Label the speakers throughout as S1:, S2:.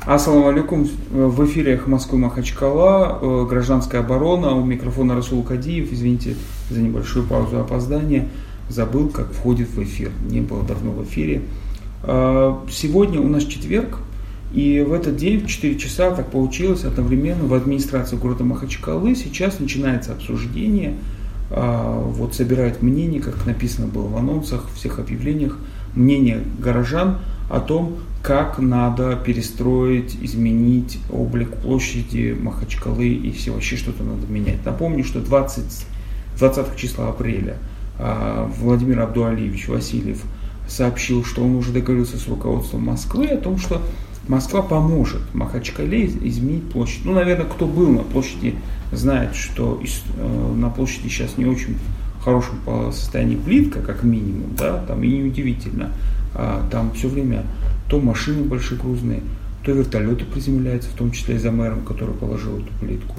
S1: Ассаламу алейкум. В эфире «Эхо Москвы» Махачкала, гражданская оборона. У микрофона Расул Кадиев. Извините за небольшую паузу опоздания. Забыл, как входит в эфир. Не было давно в эфире. Сегодня у нас четверг. И в этот день, в 4 часа, так получилось, одновременно в администрации города Махачкалы сейчас начинается обсуждение. Вот собирают мнение, как написано было в анонсах, в всех объявлениях, мнение горожан о том, как надо перестроить, изменить облик площади Махачкалы и все вообще что-то надо менять. Напомню, что 20 числа апреля Владимир Абдуалиевич Васильев сообщил, что он уже договорился с руководством Москвы о том, что Москва поможет Махачкале изменить площадь. Ну, наверное, кто был на площади, знает, что на площади сейчас не очень в хорошем состоянии плитка, как минимум, да, там и неудивительно. Там все время то машины большегрузные, то вертолеты приземляются, в том числе и за мэром, который положил эту плитку.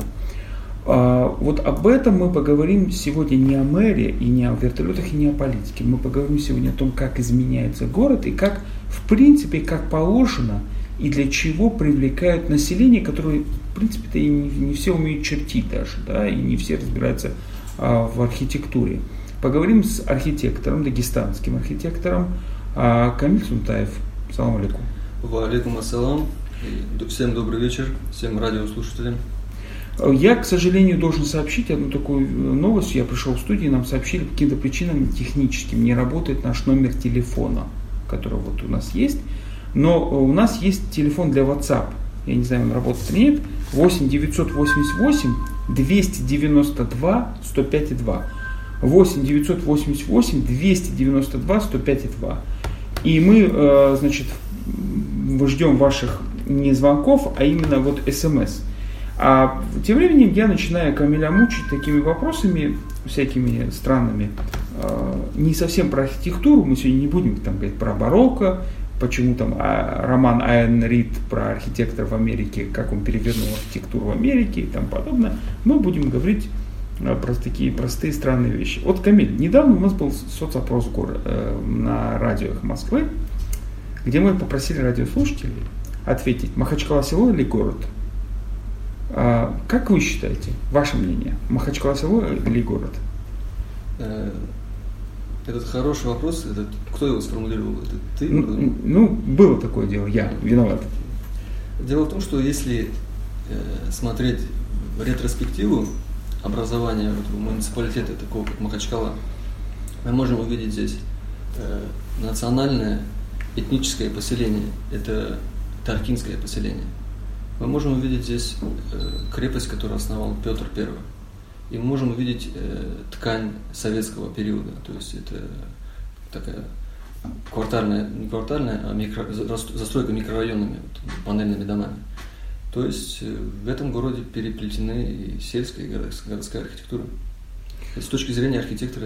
S1: Вот об этом мы поговорим сегодня не о мэре, и не о вертолетах, и не о политике. Мы поговорим сегодня о том, как изменяется город, и как, в принципе, как положено, и для чего привлекают население, которое, в принципе-то, и не все умеют чертить даже, да, и не все разбираются в архитектуре. Поговорим с архитектором, дагестанским архитектором Камиль Сунтаев. Салам алейкум.
S2: Ва алейкум ассалам. Всем добрый вечер, всем радиослушателям.
S1: Я, к сожалению, должен сообщить одну такую новость. Я пришел в студию, нам сообщили, по каким-то причинам техническим не работает наш номер телефона, который вот у нас есть. Но у нас есть телефон для WhatsApp. Я не знаю, он работает или нет. 8 988 292 105,2. 8 988 292 105,2. И мы, значит, ждем ваших не звонков, а именно вот смс. А тем временем я начинаю Камиля мучить такими вопросами, всякими странными. Не совсем про архитектуру, мы сегодня не будем там говорить про барокко, почему там роман Айн Рид про архитектора в Америке, как он перевернул архитектуру в Америке и тому подобное. Мы будем говорить про такие простые странные вещи. Вот, Камиль, недавно у нас был соцопрос на радио «Эхо Москвы», где мы попросили радиослушателей ответить, Махачкала село или город? Как вы считаете, ваше мнение, Махачкала село или город?
S2: Это хороший вопрос. Кто его сформулировал? Это ты?
S1: Ну, было такое дело, я виноват.
S2: Дело в том, что если смотреть ретроспективу образования муниципалитета, такого как Махачкала, мы можем увидеть здесь национальное этническое поселение, это таркинское поселение. Мы можем увидеть здесь крепость, которую основал Петр I. И мы можем увидеть ткань советского периода, то есть это такая квартальная, не квартальная, а застройка микрорайонными, панельными домами. То есть в этом городе переплетены и сельская, и городская архитектура. И с точки зрения архитектора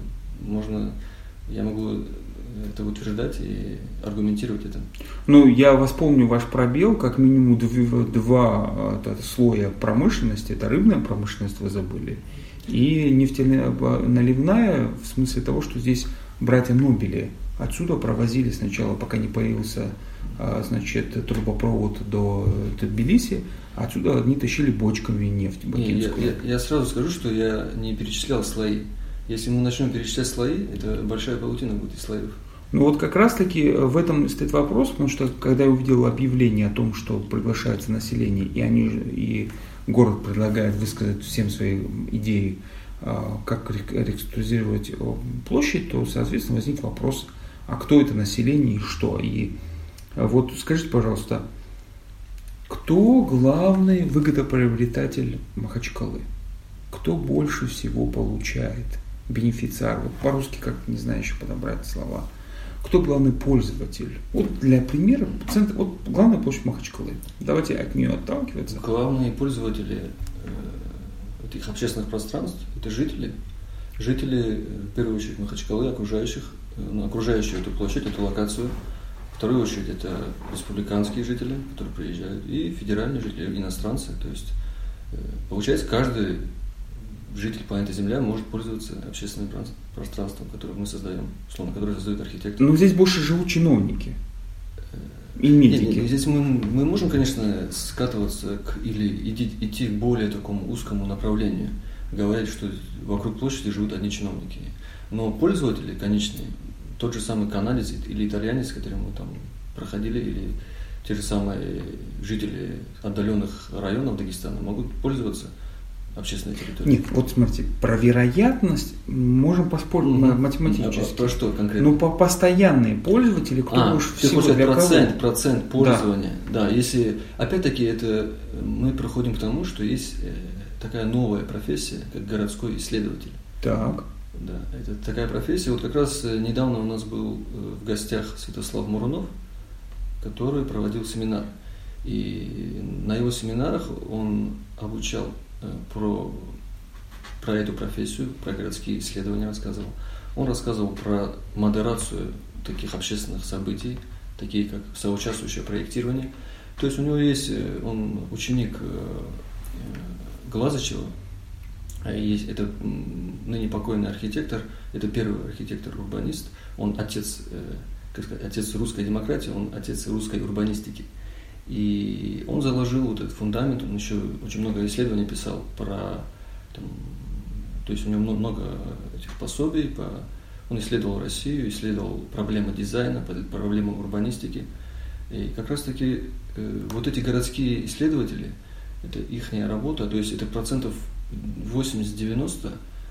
S2: я могу это утверждать и аргументировать это.
S1: Ну, я восполню ваш пробел, как минимум два слоя промышленности, это рыбная промышленность, вы забыли, и нефтяно-наливная, в смысле того, что здесь братья Нобели отсюда провозили сначала, пока не появился, значит, трубопровод до Тбилиси, отсюда они тащили бочками нефть бакинскую.
S2: Я сразу скажу, что я не перечислял слои. Если мы начнем перечислять слои, это большая паутина будет из слоев.
S1: Ну вот как раз таки в этом стоит вопрос, потому что когда я увидел объявление о том, что приглашается население, и город предлагает высказать всем свои идеи, как реструктуризировать площадь, то, соответственно, возник вопрос, а кто это население и что? И вот скажите, пожалуйста, кто главный выгодоприобретатель Махачкалы? Кто больше всего получает? Бенефициар, вот по-русски как не знаю еще подобрать слова. Кто главный пользователь? Вот для примера, вот главная площадь Махачкалы. Давайте от нее отталкиваться.
S2: Главные пользователи этих общественных пространств – это жители. Жители, в первую очередь, Махачкалы, окружающую эту площадь, эту локацию. В вторую очередь, это республиканские жители, которые приезжают, и федеральные жители, иностранцы. То есть, получается, каждый житель планеты Земля может пользоваться общественным пространством, которое мы создаем, условно, которое создает архитектор.
S1: Но здесь больше живут чиновники. и медики.
S2: Здесь мы можем, конечно, скатываться или идти к более такому узкому направлению, говорить, что вокруг площади живут одни чиновники. Но пользователи конечные, тот же самый канадец или итальянец, с которым мы там проходили, или те же самые жители отдаленных районов Дагестана могут пользоваться общественной территорией.
S1: Нет, вот смотрите, про вероятность можем поспорить математически.
S2: Про что конкретно?
S1: Ну, по постоянные пользователи, кто уж всего для кого.
S2: Процент пользования. Да, если, опять-таки, это мы приходим к тому, что есть такая новая профессия, как городской исследователь.
S1: Так.
S2: Да, это такая профессия. Вот как раз недавно у нас был в гостях Святослав Мурунов, который проводил семинар. И на его семинарах он обучал про эту профессию, про городские исследования рассказывал. Он рассказывал про модерацию таких общественных событий, такие как соучаствующее проектирование. То есть у него есть, он ученик Глазычева, это ныне покойный архитектор, это первый архитектор-урбанист, он отец, отец русской демократии, он отец русской урбанистики. И он заложил вот этот фундамент, он еще очень много исследований писал про, то есть у него много этих пособий, он исследовал Россию, исследовал проблемы дизайна, проблемы урбанистики. И как раз таки вот эти городские исследователи, это их работа, то есть это 80-90%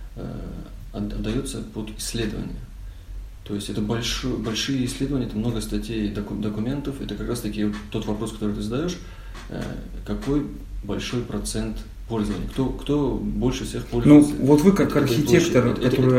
S2: отдается под исследование. То есть это большие исследования, это много статей, документов. Это как раз таки тот вопрос, который ты задаешь, какой большой процент пользования, кто больше всех пользуется.
S1: Ну, вот вы как архитектор, который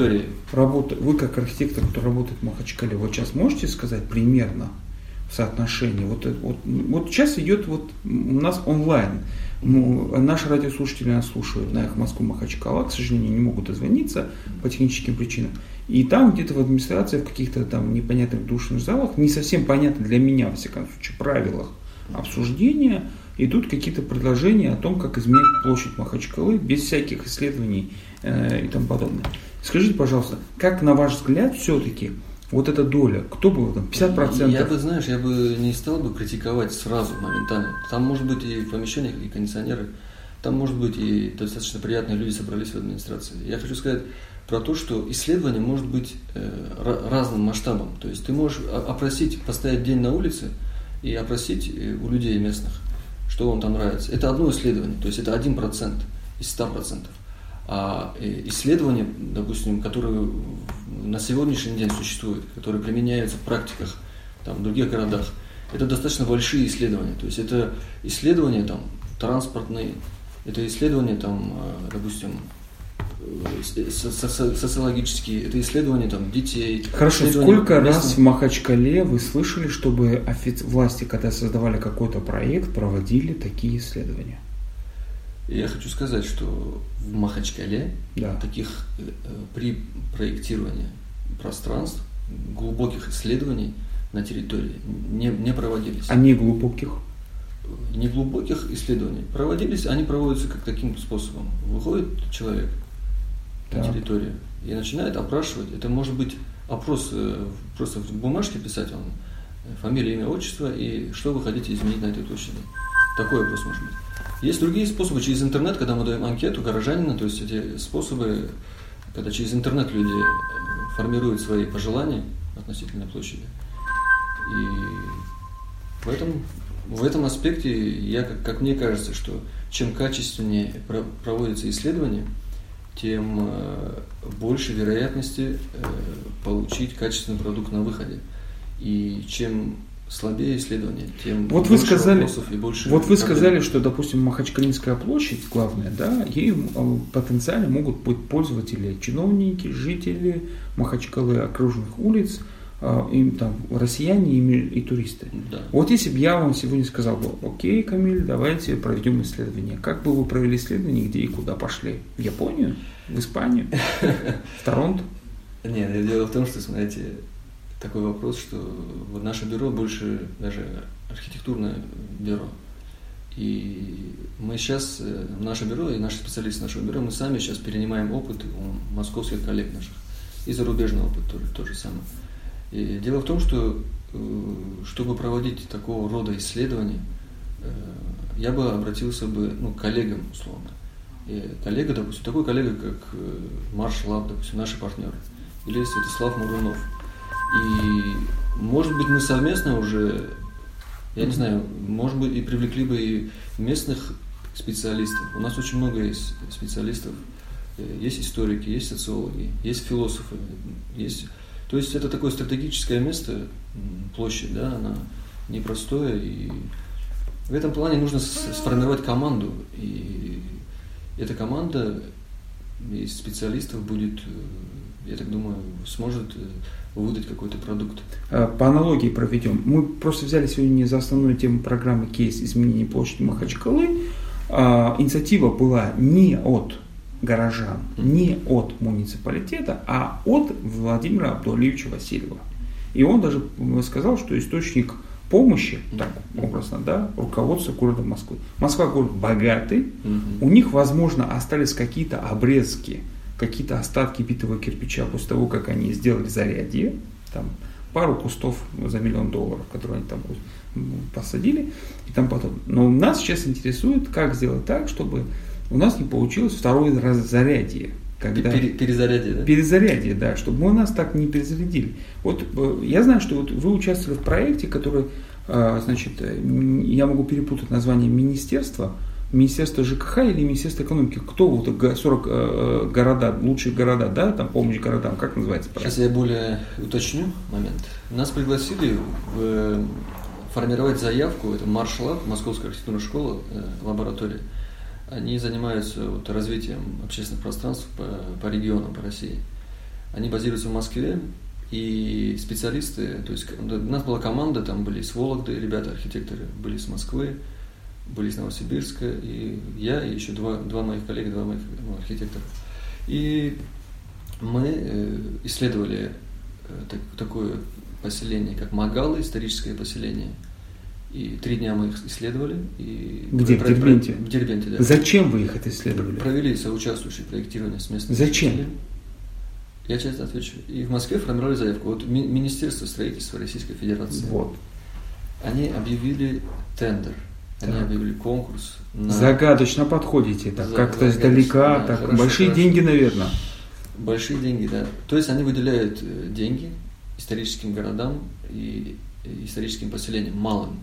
S1: работает в Махачкале, вот сейчас можете сказать примерно в соотношении? Вот сейчас идет у нас онлайн. Наши радиослушатели нас слушают на «Эхо Москвы» Махачкала, к сожалению, не могут дозвониться по техническим причинам. И там где-то в администрации, в каких-то там непонятных душных залах, не совсем понятно для меня, во всяком случае, правилах обсуждения, идут какие-то предложения о том, как изменить площадь Махачкалы без всяких исследований и тому подобное. Скажите, пожалуйста, как на ваш взгляд все-таки вот эта доля, кто был там, 50%?
S2: Я бы не стал бы критиковать сразу, моментально. Там может быть и в помещениях, и кондиционеры, там может быть и достаточно приятные люди собрались в администрации. Я хочу сказать про то, что исследование может быть разным масштабом. То есть ты можешь опросить, поставить день на улице и опросить у людей местных, что вам там нравится. Это одно исследование, то есть это 1% из 100%. А исследования, допустим, которые на сегодняшний день существуют, которые применяются в практиках в других городах, это достаточно большие исследования. То есть это исследования транспортные, это исследования допустим, социологические, это исследования детей.
S1: Хорошо, сколько раз в Махачкале вы слышали, чтобы власти, когда создавали какой-то проект, проводили такие исследования?
S2: Я хочу сказать, что в Махачкале таких при проектировании пространств глубоких исследований на территории не проводились.
S1: А неглубоких?
S2: Неглубоких исследований проводились, они проводятся каким способом. Выходит человек на территорию и начинает опрашивать. Это может быть опрос просто в бумажке писать вам фамилия, имя, отчество и что вы хотите изменить на этой площади. Такой вопрос может быть. Есть другие способы через интернет, когда мы даем анкету горожанина, то есть эти способы, когда через интернет люди формируют свои пожелания относительно площади. И в этом аспекте, как мне кажется, что чем качественнее проводятся исследования, тем больше вероятности получить качественный продукт на выходе. И чем слабее исследование, тем больше вопросов и больше проблем.
S1: Вы сказали, что, допустим, Махачкалинская площадь, главная, ей потенциально могут быть пользователи, чиновники, жители Махачкалы, окружных улиц, россияне и туристы.
S2: Да.
S1: Вот если бы я вам сегодня сказал бы: окей, Камиль, давайте проведем исследование. Как бы вы провели исследование, где и куда пошли? В Японию? В Испанию? В Торонто?
S2: Нет, дело в том, что, смотрите, такой вопрос, что наше бюро больше даже архитектурное бюро. И мы сейчас, наше бюро и наши специалисты нашего бюро, мы сами сейчас перенимаем опыт у московских коллег наших. И зарубежный опыт тоже самое. И дело в том, что чтобы проводить такого рода исследования, я бы обратился к коллегам, условно. И коллега, допустим, такой коллега, как Марш Лаб, допустим, наши партнеры, или Святослав Мурунов. И, может быть, мы совместно уже, я не знаю, может быть, и привлекли бы и местных специалистов. У нас очень много есть специалистов. Есть историки, есть социологи, есть философы, есть... То есть это такое стратегическое место, площадь, да, она непростое, и в этом плане нужно сформировать команду, и эта команда из специалистов будет, я так думаю, сможет выдать какой-то продукт.
S1: По аналогии проведем. Мы просто взяли сегодня за основную тему программы кейс изменения площади Махачкалы. Инициатива была не от горожан, не от муниципалитета, а от Владимира Абдуалиевича Васильева. И он даже сказал, что источник помощи, так образно, да, руководство городом Москвы. Москва город богатый, у них, возможно, остались какие-то обрезки, какие-то остатки битого кирпича после того, как они сделали зарядье, там пару кустов за $1 миллион, которые они там посадили и там потом. Но нас сейчас интересует, как сделать так, чтобы у нас не получилось второе зарядье. Когда...
S2: Перезарядье, да?
S1: Перезарядье, да, чтобы мы нас так не перезарядили. Вот я знаю, что вот вы участвовали в проекте, который, значит, я могу перепутать название министерства ЖКХ или Министерство экономики. Кто вот 40 города, лучшие города, да, там помощь городам, как называется проект?
S2: Сейчас я более уточню момент. Нас пригласили формировать заявку, это Марш Лаб, Московская архитектурная школа, лаборатория. Они занимаются развитием общественных пространств по регионам, по России. Они базируются в Москве, и специалисты, то есть у нас была команда, там были с Вологды ребята, архитекторы, были с Москвы, были из Новосибирска, и я, и еще два моих коллеги, два моих архитектора. И мы исследовали такое поселение, как Магалы, историческое поселение. И 3 дня мы их исследовали. И
S1: где? В Дербенте?
S2: В Дербенте, да.
S1: Зачем вы их это исследовали?
S2: Провели соучаствующее проектирование с местными.
S1: Зачем?
S2: Я честно отвечу. И в Москве формировали заявку. Вот Министерство строительства Российской Федерации.
S1: Вот.
S2: Они объявили тендер. Они объявили конкурс.
S1: Загадочно подходите, так как-то издалека, да, так хорошо, большие деньги, наверное.
S2: Большие деньги, да. То есть они выделяют деньги историческим городам и историческим поселениям, малым.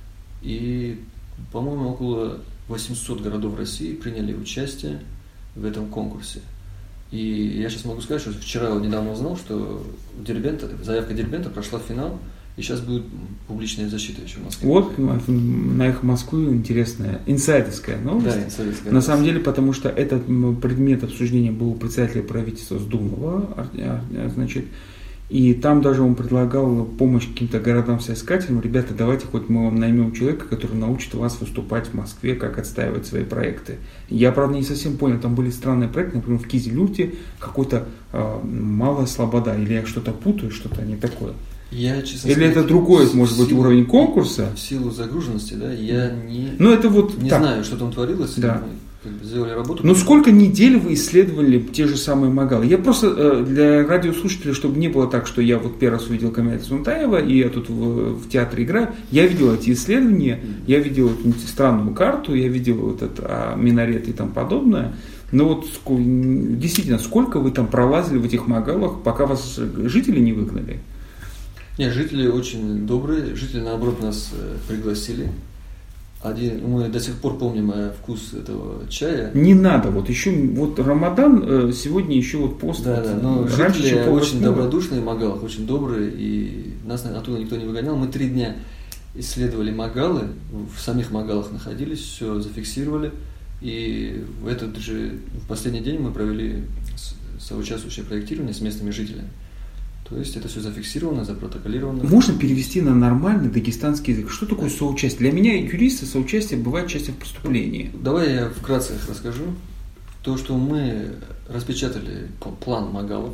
S2: И, по-моему, около 800 городов России приняли участие в этом конкурсе. И я сейчас могу сказать, что вчера недавно узнал, что заявка Дербента прошла в финал, и сейчас будет публичная защита еще в Москве.
S1: Вот на «Эхо Москвы» интересная, инсайдерская новость.
S2: Да, инсайдерская
S1: новость. На самом деле, потому что этот предмет обсуждения был у председателя правительства Сдумова, значит, и там даже он предлагал помощь каким-то городам-соискателям. Ребята, давайте хоть мы вам наймем человека, который научит вас выступать в Москве, как отстаивать свои проекты. Я, правда, не совсем понял, там были странные проекты, например, в Кизилюрте какой-то Малая Слобода, или я что-то путаю, что-то не такое.
S2: Я, честно
S1: или
S2: сказать,
S1: это другой, может быть, уровень конкурса?
S2: В силу загруженности, да, я не знаю, что там творилось.
S1: Да.
S2: Мы сделали работу.
S1: Ну, сколько недель вы исследовали те же самые Магалы? Я просто для радиослушателей, чтобы не было так, что я вот первый раз увидел Камиля Цунтаева, и я тут в театре играю. Я видел эти исследования, я видел эту странную карту, я видел этот минарет и тому подобное. Но вот действительно, сколько вы там пролазили в этих Магалах, пока вас жители не выгнали?
S2: Нет, жители очень добрые, жители, наоборот, нас пригласили. Мы до сих пор помним вкус этого чая.
S1: Не надо, вот еще вот Рамадан, сегодня еще вот пост.
S2: Да, но жители очень добродушные в Магалах, очень добрые, и нас оттуда никто не выгонял. Мы 3 дня исследовали Магалы, в самих Магалах находились, все зафиксировали, и в последний день мы провели соучаствующее проектирование с местными жителями. То есть это все зафиксировано, запротоколировано.
S1: Можно перевести на нормальный дагестанский язык. Что такое соучастие? Для меня, юриста, соучастие бывает частью в преступлении.
S2: Давай я вкратце их расскажу. То, что мы распечатали план Магалов,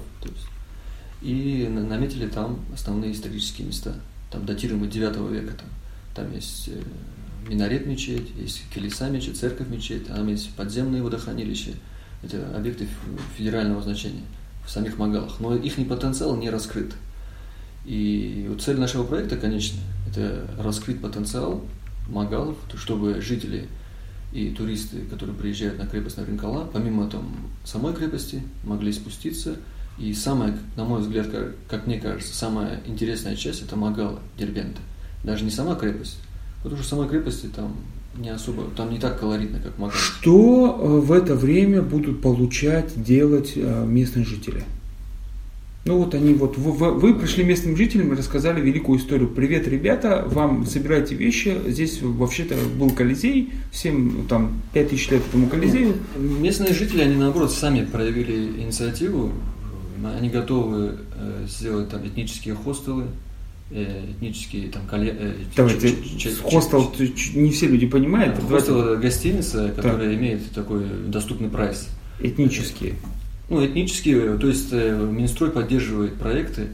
S2: и наметили там основные исторические места. Там датируемые 9 века. Там есть минарет мечеть, есть Келиса мечеть, церковь мечеть, там есть подземные водохранилища. Это объекты федерального значения в самих Магалах, но их потенциал не раскрыт. И вот цель нашего проекта, конечно, это раскрыть потенциал магалов, чтобы жители и туристы, которые приезжают на крепость Наринкала, помимо самой крепости, могли спуститься. И самая, на мой взгляд, как мне кажется, самая интересная часть – это магала Дербента. Даже не сама крепость, потому что в самой крепости там не особо, там не так колоритно, как Магала.
S1: Что в это время будут делать местные жители? Ну вот они вы пришли местным жителям и рассказали великую историю. Привет, ребята, вам собирайте вещи. Здесь вообще-то был Колизей, всем 5000 лет этому Колизею.
S2: Местные жители, они наоборот сами проявили инициативу. Они готовы сделать этнические хостелы, этнические
S1: Давайте, хостел не все люди понимают.
S2: Хостел – это гостиница, которая имеет такой доступный прайс.
S1: Этнические.
S2: Этнические, то есть Минстрой поддерживает проекты,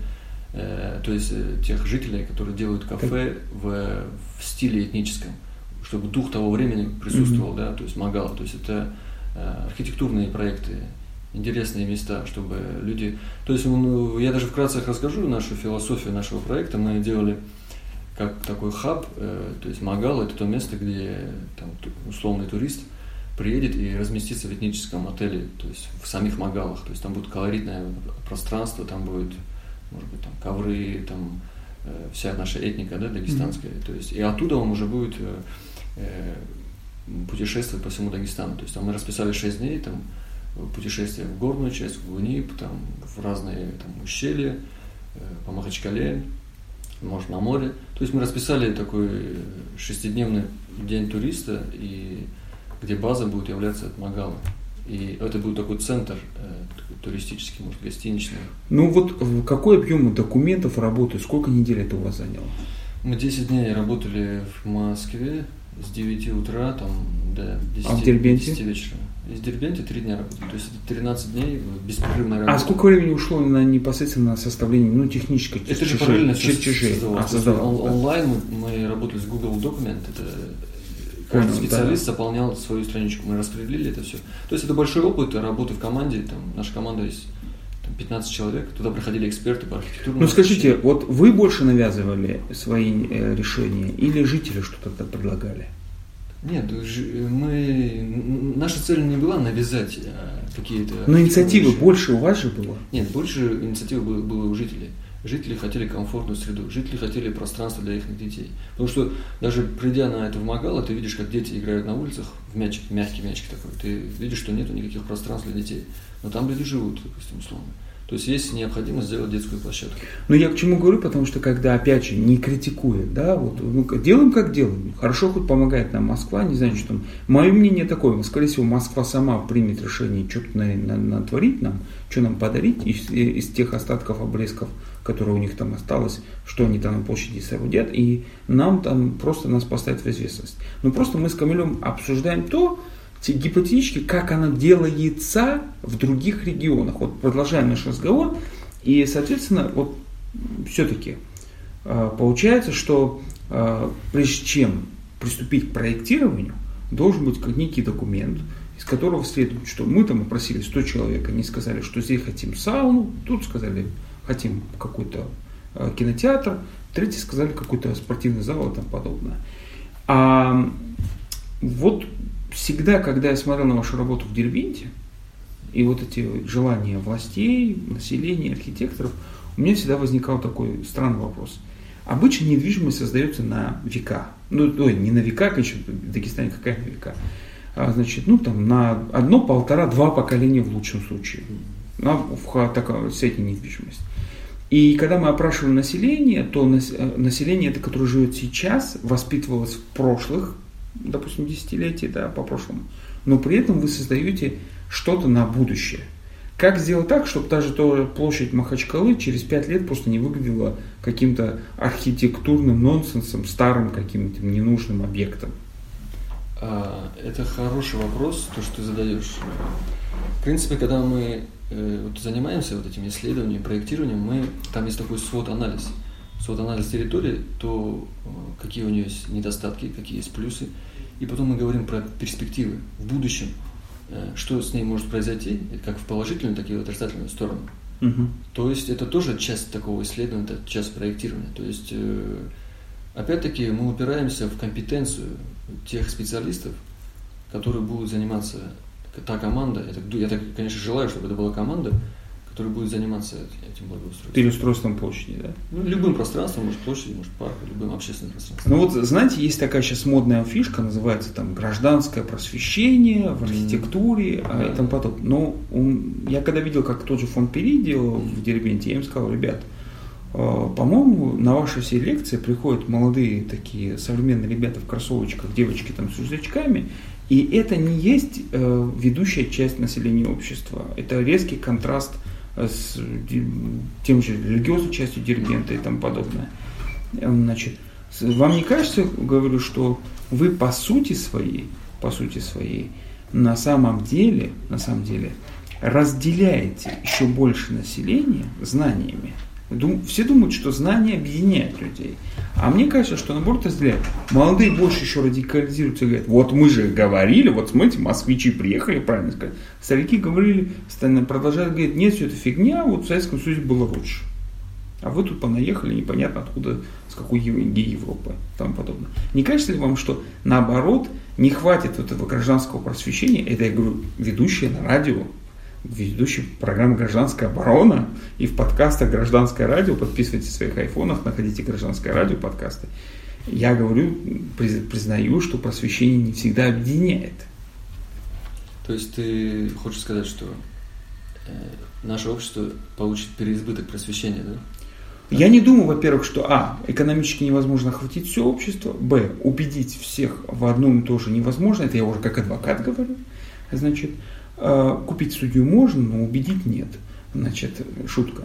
S2: то есть тех жителей, которые делают кафе в стиле этническом, чтобы дух того времени присутствовал, да, то есть Магала, то есть это архитектурные проекты, интересные места, чтобы люди... То есть я даже вкратце расскажу нашу философию нашего проекта. Мы делали как такой хаб, то есть Магала – это то место, где условный турист приедет и разместится в этническом отеле, то есть в самих Магалах. То есть там будет колоритное пространство, там будет, может быть, ковры, вся наша этника, да, дагестанская. То есть, и оттуда он уже будет путешествовать по всему Дагестану. То есть там мы расписали 6 дней, путешествия в горную часть, в Гунип, в разные ущелья, по Махачкале, может, на море. То есть мы расписали такой 6-дневный день туриста, и где база будет являться от Магала. И это будет такой центр туристический, может, гостиничный.
S1: Какой объем документов, работы, сколько недель это у вас заняло?
S2: Мы 10 дней работали в Москве с 9 утра до 10 вечера. Из Дербенте 3 дня работали. То есть это 13 дней беспрерывной работы.
S1: А сколько времени ушло непосредственно на составление, технической
S2: это же параллельно
S1: чертежей?
S2: Онлайн мы работали с Google Document. Каждый специалист заполнял свою страничку. Мы распределили это все. То есть это большой опыт работы в команде. Наша команда есть 15 человек. Туда приходили эксперты по архитектурному.
S1: Скажите, вы больше навязывали свои решения или жители что-то предлагали?
S2: Нет, наша цель не была навязать какие-то...
S1: Но инициативы больше у вас же было?
S2: Нет, больше инициативы было у жителей. Жители хотели комфортную среду, жители хотели пространство для их детей. Потому что даже придя на это в Магала, ты видишь, как дети играют на улицах в мячик, мягкий мячик такой. Ты видишь, что нету никаких пространств для детей. Но там люди живут, допустим, условно. То есть есть необходимость сделать детскую площадку.
S1: Я к чему говорю, потому что когда, опять же, не критикуют, да, делаем как делаем. Хорошо, хоть помогает нам Москва, не знаю, что там. Мое мнение такое, скорее всего, Москва сама примет решение что-то натворить нам, что нам подарить из тех остатков, обрезков, которые у них там осталось, что они там на площади соорудят, и нам просто нас поставят в известность. Просто мы с Камилем обсуждаем гипотетически, как она делается в других регионах. Продолжаем наш разговор, и, соответственно, все-таки получается, что прежде чем приступить к проектированию, должен быть некий документ, из которого следует, что мы опросили 100 человек, они сказали, что здесь хотим сауну, тут сказали, хотим какой-то кинотеатр, третьи сказали, какой-то спортивный зал и тому подобное. Всегда, когда я смотрел на вашу работу в Дербенте, и эти желания властей, населения, архитекторов, у меня всегда возникал такой странный вопрос. Обычно недвижимость создается на века. Не на века, конечно, в Дагестане какая на века. На 1, 1,5, 2 поколения в лучшем случае. Такая средняя недвижимость. И когда мы опрашивали население, то население, которое живет сейчас, воспитывалось в прошлых, допустим, десятилетий, по прошлому, но при этом вы создаете что-то на будущее. Как сделать так, чтобы даже площадь Махачкалы через 5 лет просто не выглядела каким-то архитектурным нонсенсом, старым каким-то ненужным объектом?
S2: Это хороший вопрос, то, что ты задаешь. В принципе, когда мы занимаемся этими исследованиями, проектированием, там есть такой свод-анализ территории, то какие у нее есть недостатки, какие есть плюсы. И потом мы говорим про перспективы в будущем, что с ней может произойти, как в положительную, так и в отрицательную сторону. То есть это тоже часть такого исследования, это часть проектирования. То есть, опять-таки, мы упираемся в компетенцию тех специалистов, которые будут заниматься, та команда, я так, конечно, желаю, чтобы это была команда, которая будет заниматься этим благоустройством.
S1: Переустройством площади, да?
S2: Ну, любым пространством, может площади, может парк, любым общественным пространством.
S1: Ну вот, знаете, есть такая сейчас модная фишка, называется там гражданское просвещение в архитектуре и тому подобное. Но я когда видел, как тот же фон Пери делал в Дербенте, я им сказал: ребят, по-моему, на ваши все лекции приходят молодые такие современные ребята в кроссовочках, девочки там с рюкзачками, и это не есть ведущая часть населения общества. Это резкий контраст с тем же религиозной частью Дербента и тому подобное. Значит, вам не кажется, говорю, что вы по сути своей, на самом деле разделяете еще больше населения знаниями? Все думают, что знания объединяют людей. А мне кажется, что наоборот разделяют. Молодые больше еще радикализируются и говорят: вот мы же говорили, вот смотрите, москвичи приехали, правильно сказать. Старики говорили, продолжают говорить: нет, все это фигня, вот в Советском Союзе было лучше. А вы тут понаехали непонятно откуда, с какой Европы и тому подобное. Не кажется ли вам, что наоборот не хватит вот этого гражданского просвещения? Это, я говорю, ведущие на радио, ведущий программы «Гражданская оборона» и в подкастах «Гражданское радио». Подписывайтесь в своих айфонах, находите «Гражданское радио» подкасты. Я говорю, признаю, что просвещение не всегда объединяет.
S2: То есть ты хочешь сказать, что наше общество получит переизбыток просвещения, да?
S1: Я не думаю, во-первых, что экономически невозможно охватить все общество, убедить всех в одном и том же невозможно, это я уже как адвокат говорю, значит, купить судью можно, но убедить нет. Значит, шутка.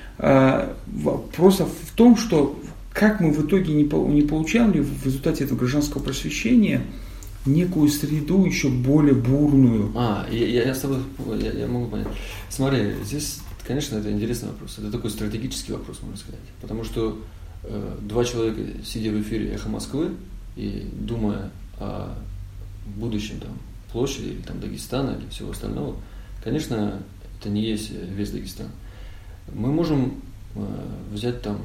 S1: Вопрос в том, что как мы в итоге не получали в результате этого гражданского просвещения некую среду еще более бурную.
S2: Я с тобой, я могу понять. Смотри, здесь, конечно, это интересный вопрос. Это такой стратегический вопрос, можно сказать. Потому что два человека, сидя в эфире «Эхо Москвы» и думая о будущем там площади, или там Дагестана, или всего остального, конечно, это не есть весь Дагестан. Мы можем взять там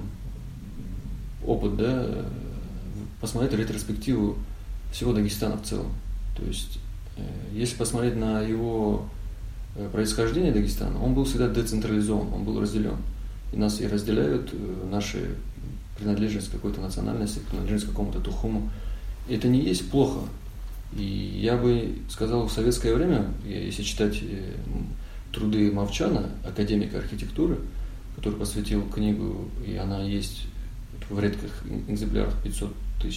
S2: опыт, да, посмотреть ретроспективу всего Дагестана в целом. То есть, если посмотреть на его происхождение Дагестана, он был всегда децентрализован, он был разделен. И нас и разделяют наши принадлежность к какой-то национальности, принадлежность к какому-то тухуму. И это не есть плохо. И я бы сказал, в советское время, если читать труды Мовчана, академика архитектуры, который посвятил книгу, и она есть в редких экземплярах 500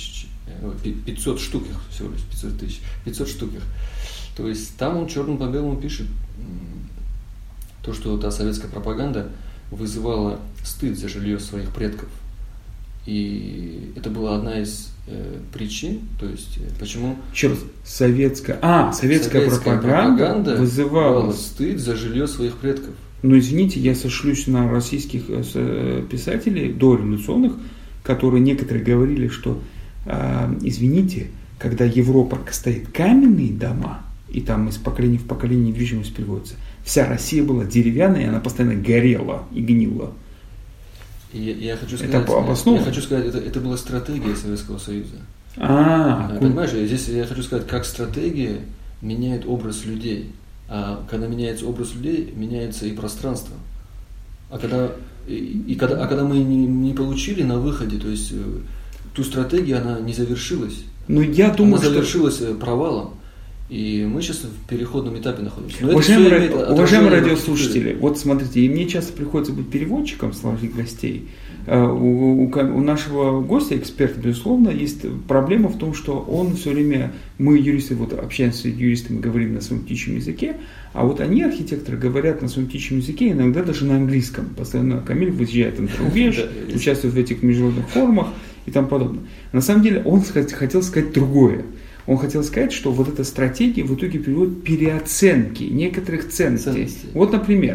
S2: штук, всего лишь 500 штук. То есть там он черным по белому пишет то, что та советская пропаганда вызывала стыд за жилье своих предков. И это была одна из причин, то есть почему...
S1: Еще раз, советская пропаганда вызывала
S2: стыд за жилье своих предков.
S1: Но извините, я сошлюсь на российских писателей дореволюционных, которые некоторые говорили, что, извините, когда Европа стоит каменные дома, и там из поколения в поколение недвижимость приводится, вся Россия была деревянная, и она постоянно горела и гнила.
S2: Я хочу сказать, это была стратегия Советского Союза. Понимаешь, здесь я хочу сказать, как стратегия меняет образ людей. А когда меняется образ людей, меняется и пространство. А когда мы не получили на выходе, то есть ту стратегию, она не завершилась.
S1: Но я думаю,
S2: она завершилась провалом. И мы сейчас в переходном этапе находимся.
S1: Уважаемые радиослушатели, вот смотрите, и мне часто приходится быть переводчиком сложных гостей. У нашего гостя, эксперта, безусловно, есть проблема в том, что он все время, мы юристы, вот общаемся с юристами, говорим на своем птичьем языке, а вот они, архитекторы, говорят на своем птичьем языке, иногда даже на английском. Постоянно Камиль выезжает на рубеж, участвует в этих международных форумах и тому подобное. На самом деле он хотел сказать другое. Он хотел сказать, что вот эта стратегия в итоге приводит к переоценке некоторых ценностей. Вот, например,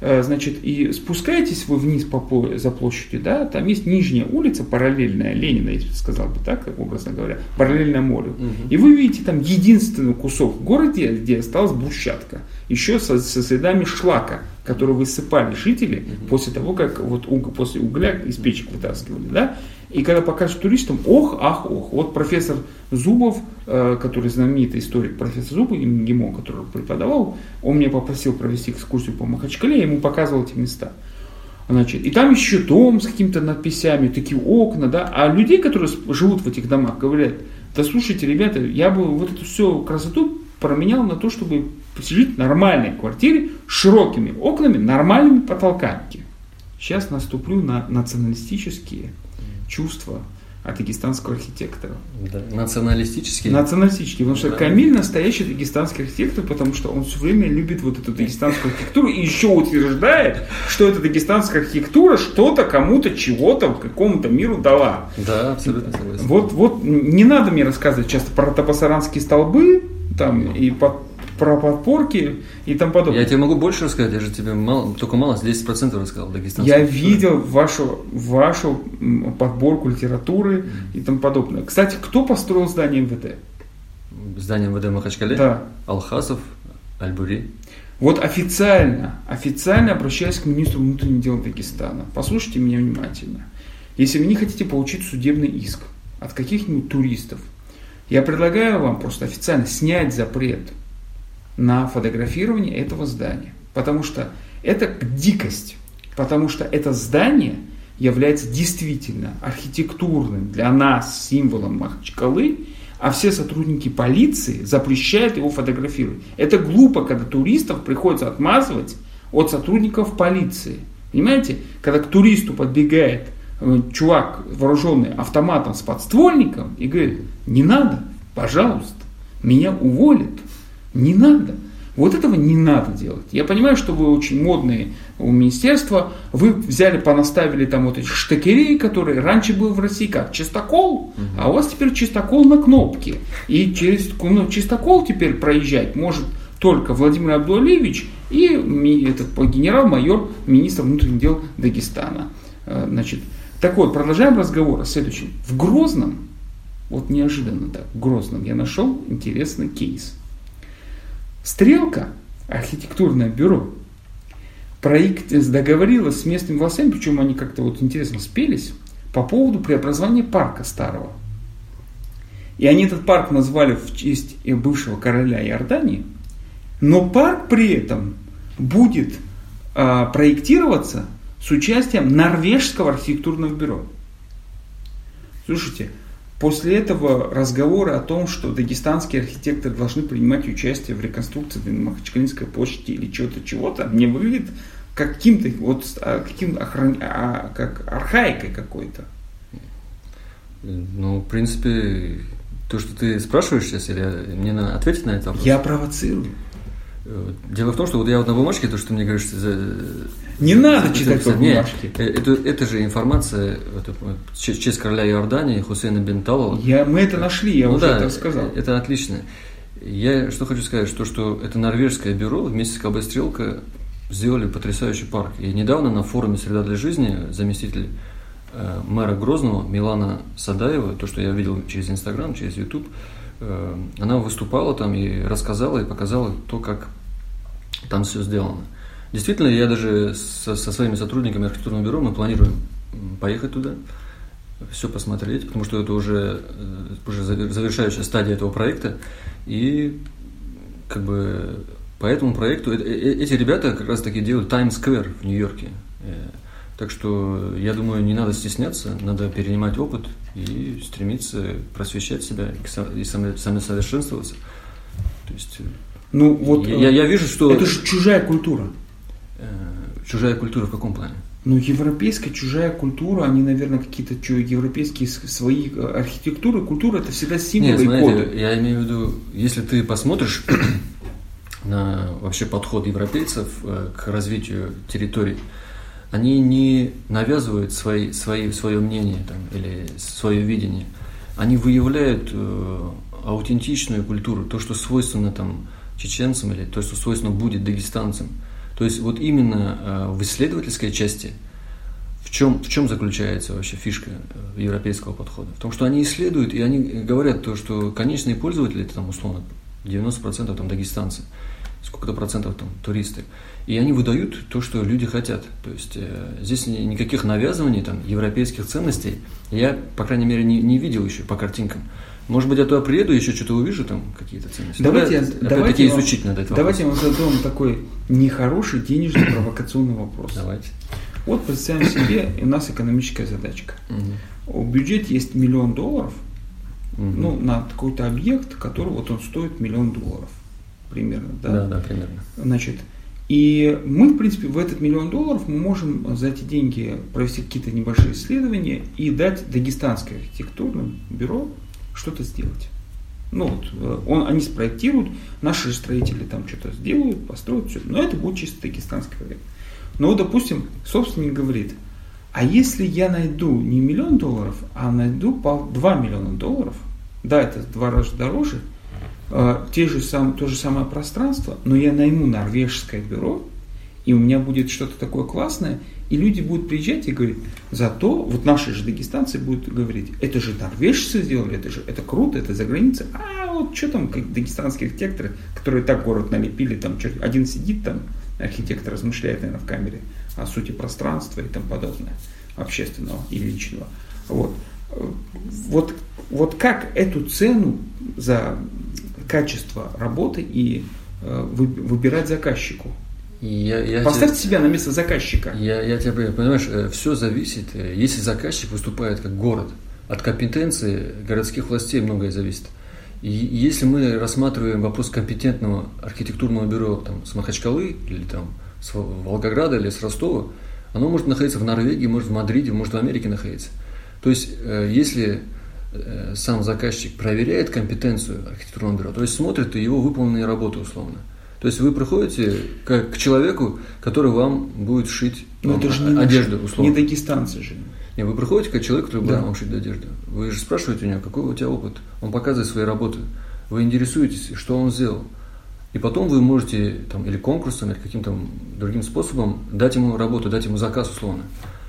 S1: значит, и спускаетесь вы вниз за площадью, да, там есть нижняя улица, параллельная Ленина, я сказал бы так, образно говоря, параллельная морю. И вы видите там единственный кусок в городе, где осталась брусчатка, еще со следами шлака, который высыпали жители после того, как вот после угля из печек вытаскивали, да. И когда покажут туристам, ох, ах, ох. Вот профессор Зубов, который знаменитый историк, профессор Зубов, имени ГИМО, который преподавал, он меня попросил провести экскурсию по Махачкале, я ему показывал эти места. Значит, и там еще дом с какими-то надписями, такие окна, да. А людей, которые живут в этих домах, говорят, да слушайте, ребята, я бы вот эту всю красоту променял на то, чтобы жить в нормальной квартире с широкими окнами, нормальными потолками. Сейчас наступлю на националистические чувства от дагестанского архитектора.
S2: Да. Националистические?
S1: Националистические, потому что Камиль настоящий дагестанский архитектор, потому что он все время любит вот эту дагестанскую архитектуру и еще утверждает, что эта дагестанская архитектура что-то кому-то, чего-то, какому-то миру дала.
S2: Да, абсолютно согласен.
S1: Вот не надо мне рассказывать часто про тапасаранские столбы там, и про подпорки и тому подобное.
S2: Я тебе могу больше рассказать, я же тебе только мало, 10% рассказал дагестанского.
S1: Я видел вашу подборку литературы и тому подобное. Кстати, кто построил здание МВД?
S2: Здание МВД в Махачкале?
S1: Да.
S2: Алхасов, Аль-Бури.
S1: Вот официально обращаюсь к министру внутренних дел Дагестана. Послушайте меня внимательно. Если вы не хотите получить судебный иск от каких-нибудь туристов, я предлагаю вам просто официально снять запрет на фотографирование этого здания. Потому что это дикость. Потому что это здание является действительно архитектурным для нас символом Махачкалы, а все сотрудники полиции запрещают его фотографировать. Это глупо, когда туристов приходится отмазывать от сотрудников полиции. Понимаете? Когда к туристу подбегает чувак, вооруженный автоматом с подствольником, и говорит, не надо, пожалуйста, меня уволят. Не надо. Вот этого не надо делать. Я понимаю, что вы очень модные у министерства. Вы взяли, понаставили там вот эти штекерей, которые раньше был в России как чистокол, а у вас теперь чистокол на кнопке. И через чистокол теперь проезжать может только Владимир Абдуалиевич и этот генерал-майор, министр внутренних дел Дагестана. Значит, так вот, продолжаем разговор о следующем. В Грозном, вот неожиданно так, в Грозном я нашел интересный кейс. Стрелка, архитектурное бюро, договорилась с местными властями, причем они как-то вот интересно спелись, по поводу преобразования парка старого. И они этот парк назвали в честь бывшего короля Иордании, но парк при этом будет проектироваться с участием норвежского архитектурного бюро. Слушайте, после этого разговора о том, что дагестанские архитекторы должны принимать участие в реконструкции Махачкалинской площади или чего-то, мне выглядит каким-то как архаикой какой-то.
S2: Ну, в принципе, то, что ты спрашиваешь сейчас, или мне надо ответить на этот вопрос?
S1: Я провоцирую.
S2: Дело в том, что вот я вот на бумажке, то, что ты мне говоришь...
S1: Не надо читать по бумажке.
S2: Это же информация в честь короля Иордании Хусейна бен Талала.
S1: Мы это нашли, я уже это рассказал.
S2: Это отлично. Я что хочу сказать, что это норвежское бюро вместе с КБ «Стрелка» сделали потрясающий парк. И недавно на форуме «Среда для жизни» заместитель мэра Грозного Милана Садаева, то, что я видел через Инстаграм, через Ютуб, она выступала там и рассказала, и показала то, как там все сделано. Действительно, я даже со своими сотрудниками архитектурного бюро мы планируем поехать туда, все посмотреть, потому что это уже завершающая стадия этого проекта. И как бы по этому проекту эти ребята как раз таки делают Таймс-сквер в Нью-Йорке. Так что, я думаю, не надо стесняться, надо перенимать опыт и стремиться просвещать себя и самосовершенствоваться. То есть, я вижу, что...
S1: Это же чужая культура.
S2: Чужая культура в каком плане?
S1: Европейская чужая культура, они, наверное, какие-то европейские свои архитектуры, культура, это всегда символы и коды.
S2: Я имею в виду, если ты посмотришь на вообще подход европейцев к развитию территорий, они не навязывают свое мнение там, или свое видение. Они выявляют аутентичную культуру, то, что свойственно там, чеченцам, или то, что свойственно будет дагестанцам. То есть вот именно в исследовательской части, в чем заключается вообще фишка европейского подхода? В том, что они исследуют, и они говорят то, что конечные пользователи, это там условно 90% там дагестанцы, сколько-то процентов там туристы, и они выдают то, что люди хотят. То есть здесь никаких навязываний там европейских ценностей я, по крайней мере, не видел еще по картинкам. Может быть, я туда приеду, еще что-то увижу, там какие-то ценности. Давайте изучить надо этот вопрос.
S1: Давайте мы зададим такой нехороший денежный провокационный вопрос.
S2: Давайте.
S1: Вот представим себе, у нас экономическая задачка. В бюджете есть $1 миллион, ну, на какой-то объект, который вот он стоит $1 миллион. Примерно, да?
S2: Да, примерно.
S1: Значит, и мы, в принципе, в этот $1 миллион мы можем за эти деньги провести какие-то небольшие исследования и дать Дагестанское архитектурное бюро что-то сделать. Ну вот, они спроектируют, наши же строители там что-то сделают, построят все. Но это будет чисто дагестанский проект. Но вот, допустим, собственник говорит, а если я найду не $1 миллион, а найду $2 миллиона, да, это в 2 раза дороже, то же самое пространство, но я найму норвежское бюро, и у меня будет что-то такое классное, и люди будут приезжать и говорить, зато вот наши же дагестанцы будут говорить, это же норвежцы сделали, это круто, это за границей, а вот что там дагестанские архитекторы, которые так город налепили, там один сидит там, архитектор размышляет, наверное, в камере о сути пространства и тому подобное, общественного и личного. Вот как эту цену за качество работы и выбирать заказчику? Поставьте себя на место заказчика.
S2: Я тебя понимаю. Понимаешь, все зависит, если заказчик выступает как город, от компетенции городских властей многое зависит. И если мы рассматриваем вопрос компетентного архитектурного бюро там, с Махачкалы, или там, с Волгограда, или с Ростова, оно может находиться в Норвегии, может в Мадриде, может в Америке находиться. То есть, если сам заказчик проверяет компетенцию архитектурного бюро, то есть смотрит его выполненные работы условно. То есть вы приходите к человеку, который вам будет шить одежду условно.
S1: Не дагестанцы же.
S2: Нет, вы приходите к человеку, который будет вам шить одежду. Вы же спрашиваете у него, какой у тебя опыт. Он показывает свои работы. Вы интересуетесь, что он сделал. И потом вы можете там, или конкурсом, или каким-то другим способом дать ему работу, дать ему заказ условно.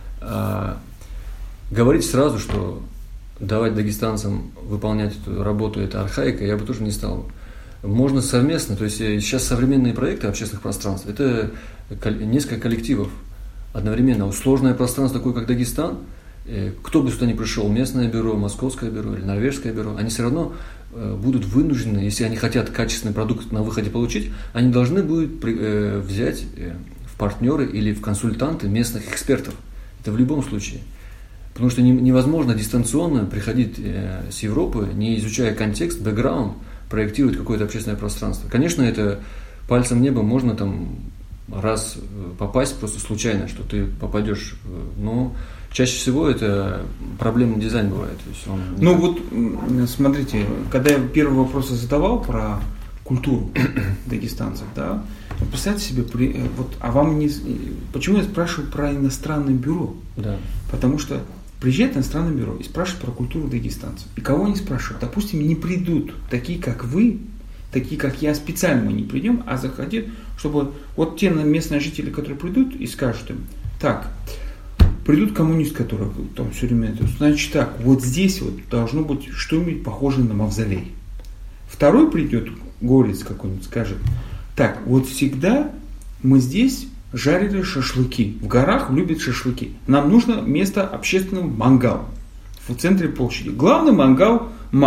S2: Говорить сразу, что давать дагестанцам выполнять эту работу, это архаика, я бы тоже не стал. Можно совместно, то есть сейчас современные проекты общественных пространств, это несколько коллективов одновременно. Сложное пространство, такое как Дагестан, кто бы сюда ни пришел, местное бюро, московское бюро или норвежское бюро, они все равно будут вынуждены, если они хотят качественный продукт на выходе получить, они должны будут взять в партнеры или в консультанты местных экспертов. Это в любом случае. Потому что невозможно дистанционно приходить с Европы, не изучая контекст, бэкграунд, проектировать какое-то общественное пространство. Конечно, это пальцем в небо можно там раз попасть просто случайно, что ты попадешь, но чаще всего это проблемный дизайн бывает. То есть
S1: вот смотрите, когда я первый вопрос задавал про культуру дагестанцев, да, представьте себе, почему я спрашиваю про иностранное бюро?
S2: Да.
S1: Потому что приезжает иностранное бюро и спрашивает про культуру дагестанцев. И кого они спрашивают? Допустим, не придут такие, как вы, такие, как я, специально мы не придем, а захотят, чтобы вот те местные жители, которые придут и скажут им, так, придут коммунисты, которые там все время, значит так, вот здесь вот должно быть что-нибудь похожее на мавзолей. Второй придет, горец какой-нибудь, скажет, так, вот всегда мы здесь жарили шашлыки. В горах любят шашлыки. Нам нужно место общественного мангал в центре площади. Главный мангал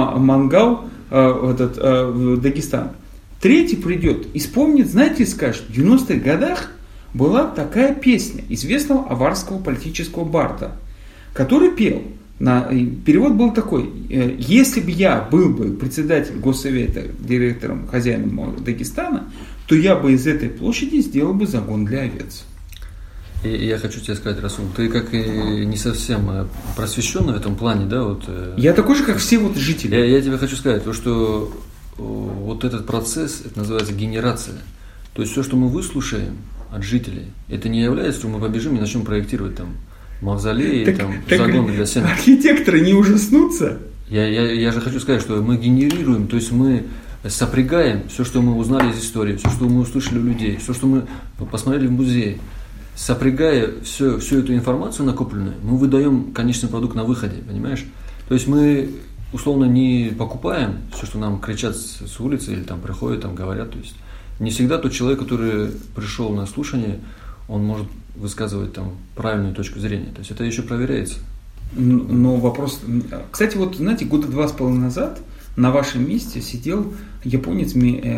S1: в Дагестан. Третий придет и вспомнит, знаете, скажет, в 90-х годах была такая песня известного аварского политического барда, который пел. Перевод был такой: если бы я был бы председателем Госсовета, директором, хозяином Дагестана, то я бы из этой площади сделал бы загон для овец.
S2: И я хочу тебе сказать, Расул, ты как и не совсем просвещенный в этом плане, да? Вот,
S1: я такой же, как все вот жители.
S2: Я тебе хочу сказать, то, что вот этот процесс, это называется генерация. То есть все, что мы выслушаем от жителей, это не является, что мы побежим и начнем проектировать там мавзолеи, загоны для сена.
S1: Архитекторы не ужаснутся?
S2: Я же хочу сказать, что мы генерируем, то есть мы сопрягаем все, что мы узнали из истории, все, что мы услышали у людей, все, что мы посмотрели в музее, сопрягая всю эту информацию накопленную, мы выдаем конечный продукт на выходе, понимаешь? То есть мы условно не покупаем все, что нам кричат с улицы или там приходят, там говорят. То есть не всегда тот человек, который пришел на слушание, он может высказывать там правильную точку зрения. То есть это еще проверяется.
S1: Но вопрос... Кстати, вот знаете, года 2,5 назад на вашем месте сидел японец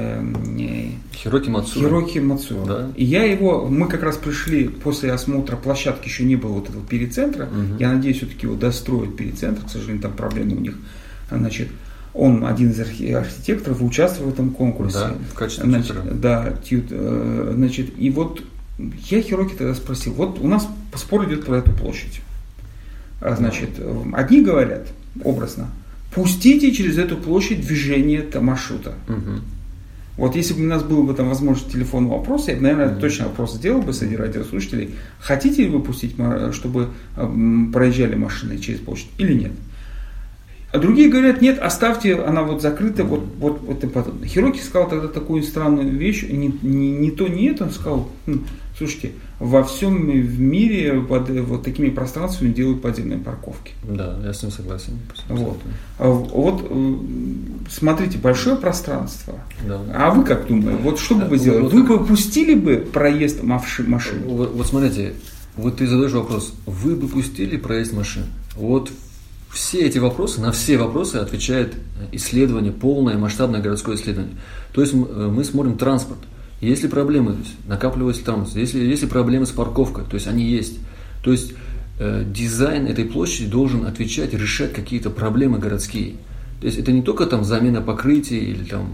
S2: Хироки
S1: Мацура.
S2: Да.
S1: И мы как раз пришли после осмотра площадки, еще не было вот этого перицентра.
S2: Угу. Я
S1: надеюсь, все-таки его достроят перицентр, к сожалению, там проблемы у них. Значит, он один из архитекторов, участвовал в этом конкурсе.
S2: Да, в качестве тьютера.
S1: Да, значит, и вот я Хироки тогда спросил, вот у нас спор идет про эту площадь. Значит, одни говорят, образно, пустите через эту площадь движение маршрута.
S2: Угу.
S1: Вот если бы у нас была бы там возможность телефонного вопроса, я бы, наверное, точно вопрос сделал бы среди радиослушателей. Хотите ли вы пустить, чтобы проезжали машины через площадь или нет? А другие говорят, нет, оставьте, она вот закрыта, вот и потом. Хироки сказал тогда такую странную вещь, не то, не это, он сказал, слушайте, во всем в мире под вот такими пространствами делают подземные парковки.
S2: Да, я с ним согласен.
S1: Вот, смотрите, большое пространство.
S2: Да.
S1: А вы как думаете, вот что бы вы сделали? Вы бы пустили бы проезд машин?
S2: Вот смотрите, вот ты задаешь вопрос, вы бы пустили проезд машин? Вот все эти вопросы, на все вопросы отвечает исследование, полное масштабное городское исследование. То есть мы смотрим транспорт. Есть ли проблемы, то есть накапливается транспорт, есть ли проблемы с парковкой, то есть они есть. То есть дизайн этой площади должен отвечать, решать какие-то проблемы городские. То есть это не только там замена покрытий или там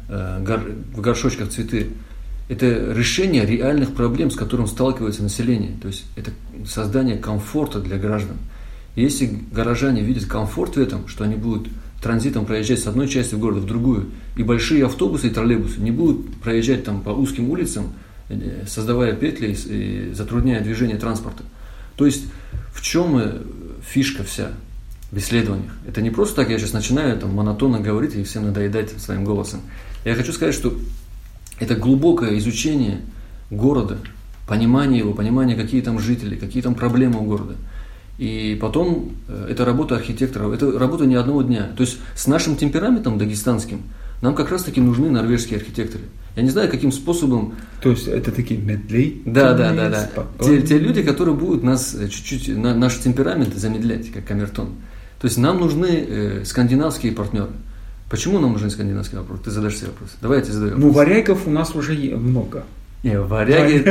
S2: в горшочках цветы. Это решение реальных проблем, с которыми сталкивается население. То есть это создание комфорта для граждан. Если горожане видят комфорт в этом, что они будут транзитом проезжать с одной части города в другую, и большие автобусы и троллейбусы не будут проезжать там по узким улицам, создавая петли и затрудняя движение транспорта. То есть в чем фишка вся в исследованиях? Это не просто так, я сейчас начинаю там монотонно говорить и всем надоедать своим голосом. Я хочу сказать, что это глубокое изучение города, понимание его, понимание, какие там жители, какие там проблемы у города. И потом это работа архитекторов, это работа не одного дня. То есть с нашим темпераментом дагестанским нам как раз таки нужны норвежские архитекторы. Я не знаю, каким способом...
S1: То есть это такие медлей?
S2: Да. Те люди, которые будут нас чуть-чуть, наш темперамент замедлять, как камертон. То есть нам нужны скандинавские партнеры. Почему нам нужны скандинавские партнеры? Ты задашь себе вопрос. Давай я тебе задаю вопрос.
S1: Варягов у нас уже много.
S2: Не, варяги.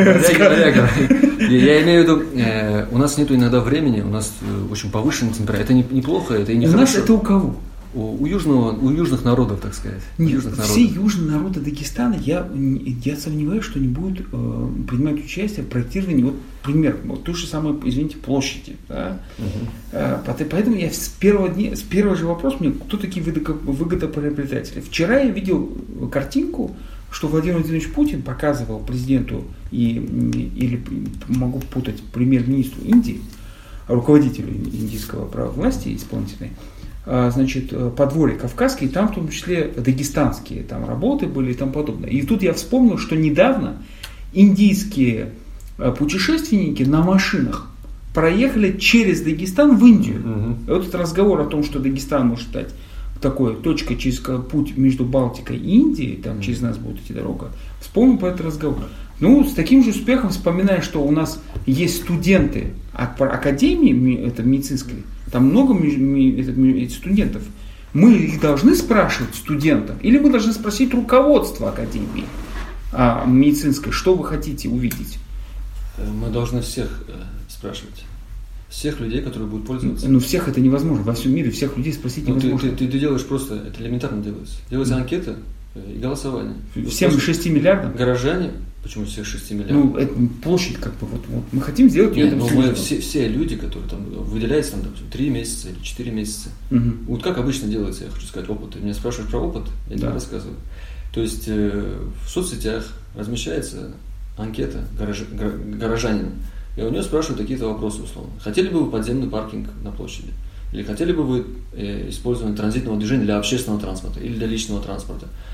S2: Я имею в виду, у нас нет иногда времени, у нас очень повышенный темперамент. Это неплохо, это и не хорошо.
S1: У нас это у кого?
S2: У южных народов, так сказать.
S1: Нет, все южные народы Дагестана, я сомневаюсь, что они будут принимать участие в проектировании, вот пример, вот ту же самую, извините, площади. Да? Поэтому я с первого же вопроса, кто такие выгодоприобретатели? Вчера я видел картинку, что Владимир Владимирович Путин показывал президенту или могу путать, премьер-министру Индии, руководителю индийского правовластия исполнительной, значит, подворье кавказские, там в том числе дагестанские там работы были и тому подобное. И тут я вспомнил, что недавно индийские путешественники на машинах проехали через Дагестан в Индию. И вот этот разговор о том, что Дагестан может стать такой точкой через путь между Балтикой и Индией, там через нас будет идти дорога, вспомнил про этот разговор. Ну, с таким же успехом вспоминая, что у нас есть студенты академии медицинской, там много студентов. Мы их должны спрашивать, студентов, или мы должны спросить руководство академии медицинской, что вы хотите увидеть?
S2: Мы должны всех спрашивать. Всех людей, которые будут пользоваться.
S1: Ну, всех это невозможно. Во всем мире всех людей спросить невозможно.
S2: Ты делаешь просто, это элементарно делается. Делается анкета и голосование.
S1: Всем 6 миллиардам?
S2: Горожане, почему всех 6 миллиардов?
S1: Ну, это площадь как бы, вот мы хотим сделать ее.
S2: Но мы все люди, которые там выделяются, там, допустим, 3 месяца или 4 месяца. Вот как обычно делается, я хочу сказать, опыт. Ты меня спрашиваешь про опыт, я тебе рассказываю. То есть в соцсетях размещается анкета горожанина. И у него спрашивают какие-то вопросы условно. Хотели бы вы подземный паркинг на площади? Или хотели бы вы использование транзитного движения для общественного транспорта или для личного транспорта?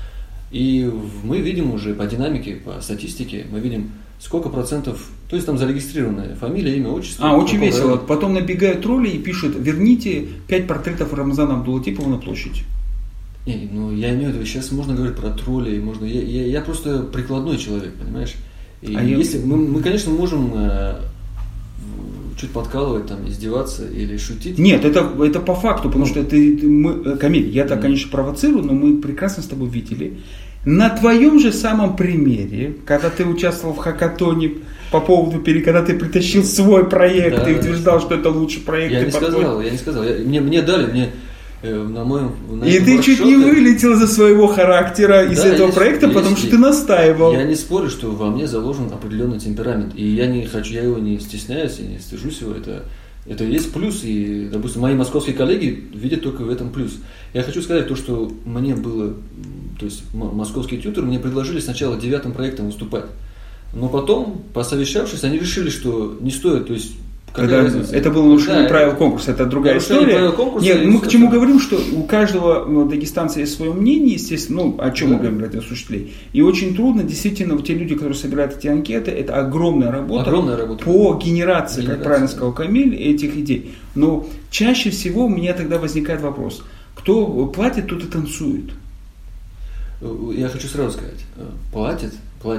S2: И мы видим уже по динамике, по статистике, мы видим, сколько процентов, то есть там зарегистрированная фамилия, имя, отчество.
S1: Очень весело. Потом набегают тролли и пишут: верните 5 портретов Рамзана Абдулатипова на площадь.
S2: Не, ну я имею в виду, сейчас можно говорить про троллей, можно. Я просто прикладной человек, понимаешь? И если мы, конечно, можем чуть подкалывать, там, издеваться или шутить.
S1: Нет, это по факту, потому что Камиль, я так, конечно, провоцирую, но мы прекрасно с тобой видели. На твоем же самом примере, когда ты участвовал в хакатоне по поводу, когда ты притащил свой проект, ты утверждал, что это лучший проект.
S2: Я не сказал. Мне дали, на моем...
S1: И ты чуть не вылетел из-за своего характера, из этого проекта, потому что ты настаивал.
S2: Я не спорю, что во мне заложен определенный темперамент. И я его не стесняюсь, я не стыжусь его. Это есть плюс. И, допустим, мои московские коллеги видят только в этом плюс. Я хочу сказать то, что мне было... То есть московские тьюторы мне предложили сначала 9-м проектом выступать. Но потом, посовещавшись, они решили, что не стоит... То есть,
S1: это было нарушение правил конкурса, это другая история. Нет, мы к чему говорим, что у каждого дагестанца есть свое мнение, естественно, о чем мы говорим, радиослушателей. И очень трудно, действительно, те люди, которые собирают эти анкеты, это огромная работа по генерации, как правильно сказал Камиль, этих идей. Но чаще всего у меня тогда возникает вопрос: кто платит, тот и танцует.
S2: Я хочу сразу сказать, платят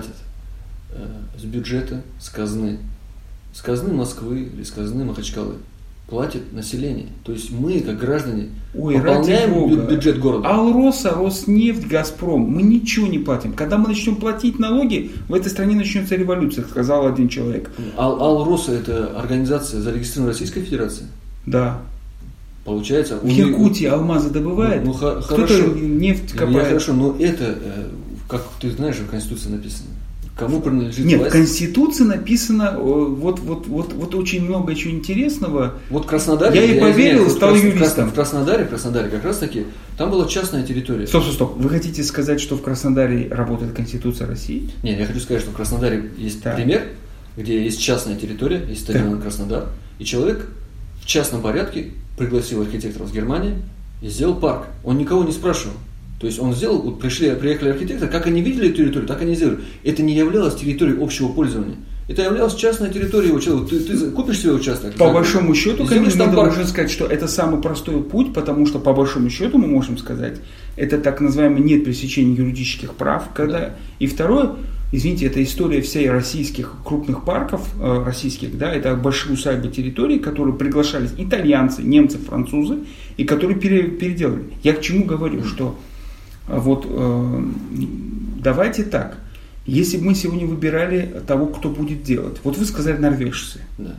S2: с бюджета, с казны. С казны Москвы или с казны Махачкалы платит население. То есть мы, как граждане, пополняем бюджет города.
S1: Алроса, Роснефть, Газпром, мы ничего не платим. Когда мы начнем платить налоги, в этой стране начнется революция, сказал один человек.
S2: Алроса — это организация, зарегистрированная Российской Федерацией?
S1: Да.
S2: Получается...
S1: В Якутии алмазы добывает?
S2: Хорошо.
S1: Нефть копает?
S2: Хорошо, но это, как ты знаешь, в Конституции написано. Кому принадлежит
S1: власть?
S2: Нет,
S1: в Конституции написано вот очень много чего интересного.
S2: Вот в Краснодаре,
S1: я и поверил, стал юристом.
S2: В Краснодаре как раз таки, там была частная территория.
S1: Стоп. Вы хотите сказать, что в Краснодаре работает Конституция России?
S2: Нет, я хочу сказать, что в Краснодаре есть пример, где есть частная территория, есть стадион Краснодар, и человек в частном порядке пригласил архитекторов с Германии и сделал парк. Он никого не спрашивал. То есть он сделал, приехали архитекторы, как они видели территорию, так они сделали. Это не являлось территорией общего пользования. Это являлось частной территорией его человека. Ты купишь себе участок.
S1: По большому счету, конечно, мы должны сказать, что это самый простой путь, потому что по большому счету мы можем сказать, это так называемое нет пресечения юридических прав. Когда... И второе, извините, это история всей российских крупных парков, российских, да, это большие усадьбы территории, которые приглашались итальянцы, немцы, французы, и которые переделали. Я к чему говорю, что давайте так. Если бы мы сегодня выбирали того, кто будет делать. Вот вы сказали норвежцы.
S2: Да.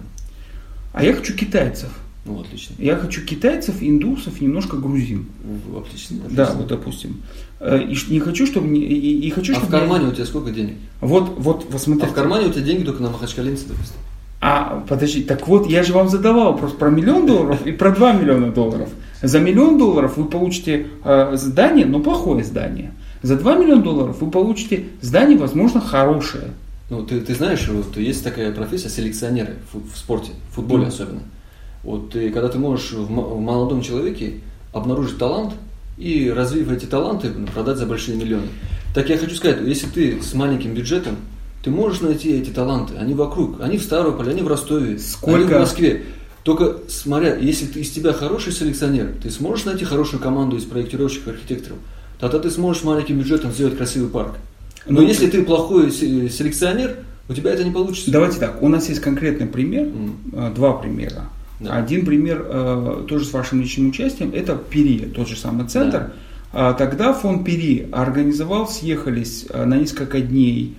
S1: А я хочу китайцев.
S2: Ну, отлично.
S1: Я хочу китайцев, индусов, немножко грузин.
S2: Отлично.
S1: Да, вот допустим. И не хочу, чтобы...
S2: в кармане у тебя сколько денег?
S1: Вот смотрите.
S2: А в кармане у тебя деньги только на махачкалинце, допустим.
S1: Подожди, так вот, я же вам задавал вопрос про $1 миллион и про $2 миллиона. За $1 миллион вы получите здание, но плохое здание. За $2 миллиона вы получите здание, возможно, хорошее.
S2: Ну, ты знаешь, вот есть такая профессия селекционеры в спорте, в футболе особенно. Вот когда ты можешь в молодом человеке обнаружить талант и, развив эти таланты, продать за большие миллионы. Так я хочу сказать, если ты с маленьким бюджетом, ты можешь найти эти таланты, они вокруг, они в Ставрополе, они в Ростове, они в Москве. Только смотря, если из тебя хороший селекционер, ты сможешь найти хорошую команду из проектировщиков, архитекторов, тогда ты сможешь с маленьким бюджетом сделать красивый парк. Но если ты плохой селекционер, у тебя это не получится.
S1: Давайте так, у нас есть конкретный пример, два примера. Да. Один пример, тоже с вашим личным участием, это Пири, тот же самый центр. Да. Тогда фонд Пири организовал, съехались на несколько дней,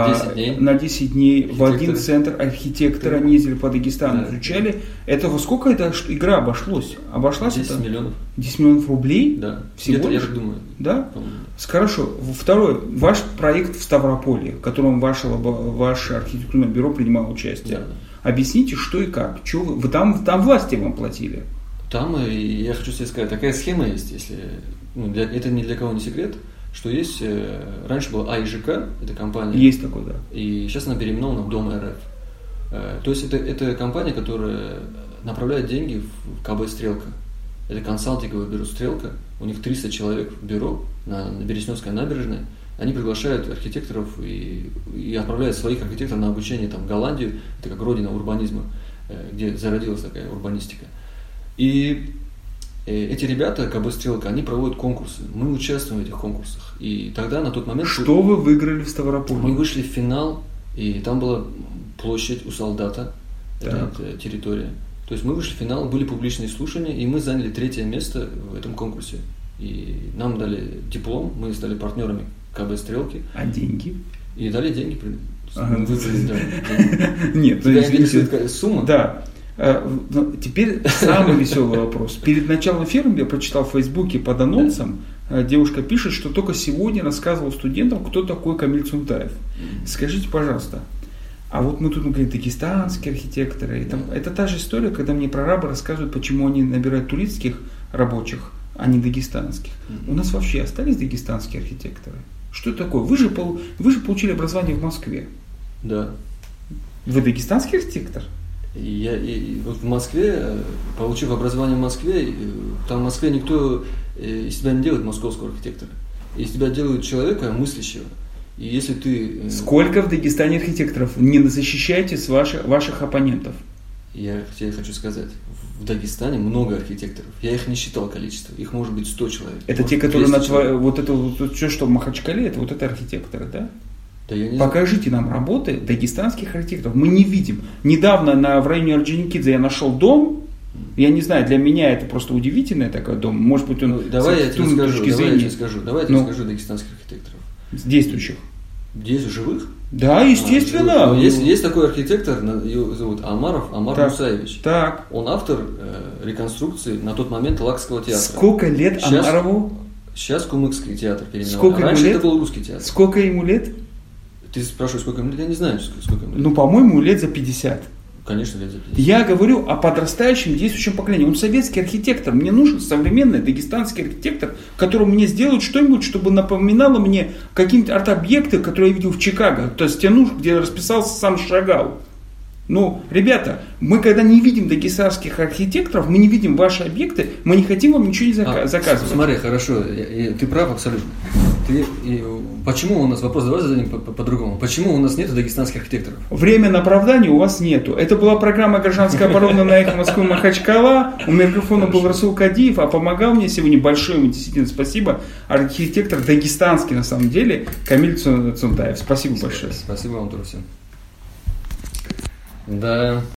S1: на 10 дней в один центр архитектора, они ездили по Дагестану, изучали. Это во сколько эта игра обошлась?
S2: 10 миллионов.
S1: 10 миллионов рублей?
S2: Да.
S1: Всего
S2: я так думаю.
S1: Да? Хорошо. Второй, ваш проект в Ставрополе, в котором ваше архитектурное бюро принимало участие. Да. Объясните, что и как. Вы там власти вам платили?
S2: Там, я хочу тебе сказать, такая схема есть, если это ни для кого не секрет, что есть, раньше была АИЖК, это компания.
S1: Есть такой, да.
S2: И сейчас она переименована в Дом РФ. То есть это компания, которая направляет деньги в КБ «Стрелка». Это консалтинговое бюро «Стрелка». У них 300 человек в бюро, на Бересневской набережной, они приглашают архитекторов и отправляют своих архитекторов на обучение там, в Голландию, это как родина урбанизма, где зародилась такая урбанистика. И эти ребята, КБ «Стрелка», они проводят конкурсы. Мы участвуем в этих конкурсах. И тогда, на тот момент...
S1: Что вы выиграли в Ставрополе?
S2: Мы вышли в финал, и там была площадь у Солдата, это территория. То есть мы вышли в финал, были публичные слушания, и мы заняли 3-е место в этом конкурсе. И нам дали диплом, мы стали партнерами КБ «Стрелки».
S1: А деньги?
S2: И дали деньги.
S1: Нет,
S2: тебя интересует сумма?
S1: Да. Теперь самый веселый вопрос. Перед началом эфира я прочитал в Фейсбуке под анонсом, девушка пишет, что только сегодня рассказывал студентам, кто такой Камиль Цунтаев. Скажите, пожалуйста, а вот мы тут говорим, дагестанские архитекторы, это та же история, когда мне прорабы рассказывают, почему они набирают турецких рабочих, а не дагестанских. У нас вообще остались дагестанские архитекторы? Что это такое? Вы же получили образование в Москве.
S2: Да.
S1: Вы дагестанский архитектор?
S2: Вот в Москве, получив образование в Москве, там в Москве никто из тебя не делает московского архитектора. Из тебя делают человека мыслящего. И если ты...
S1: Сколько в Дагестане архитекторов? Не защищайтесь ваших оппонентов.
S2: Я тебе хочу сказать, в Дагестане много архитекторов. Я их не считал количество. Их может быть 100 человек.
S1: Это те, которые вот это все, что в Махачкале, это архитекторы, да?
S2: Да, я не
S1: Покажите нам работы дагестанских архитекторов. Мы не видим. Недавно в районе Орджоникидзе я нашел дом. Я не знаю, для меня это просто удивительный такой дом. Может быть, он
S2: Давай я тебе скажу дагестанских архитекторов.
S1: Действующих.
S2: Живых?
S1: Да, естественно.
S2: Есть такой архитектор, его зовут Амар Мусаевич.
S1: Так.
S2: Он автор реконструкции на тот момент Лакского театра.
S1: Сколько лет Амарову?
S2: Сейчас Кумыкский театр переименован. Раньше это был русский театр.
S1: Сколько ему лет?
S2: Ты спрашиваешь, сколько ему лет? Я не знаю, сколько ему лет.
S1: Ну, по-моему, лет за 50.
S2: Конечно, лет за 50.
S1: Я говорю о подрастающем действующем поколении. Он советский архитектор. Мне нужен современный дагестанский архитектор, который мне сделает что-нибудь, чтобы напоминало мне какие-то арт-объекты, которые я видел в Чикаго. То есть стену, где расписался сам Шагал. Ну, ребята, мы когда не видим дагестанских архитекторов, мы не видим ваши объекты, мы не хотим вам ничего не заказывать.
S2: Смотри, хорошо, ты прав абсолютно. Почему у нас, вопрос давай зададим по-другому, почему у нас нет дагестанских архитекторов?
S1: Время на оправдание у вас нету. Это была программа «Гражданская оборона» на «Эхо Москвы» Махачкала. У микрофона был Расул Кадиев, а помогал мне сегодня, большое ему действительно спасибо, архитектор дагестанский на самом деле Камиль Цунтаев. Спасибо большое.
S2: Спасибо вам, друзья. Да.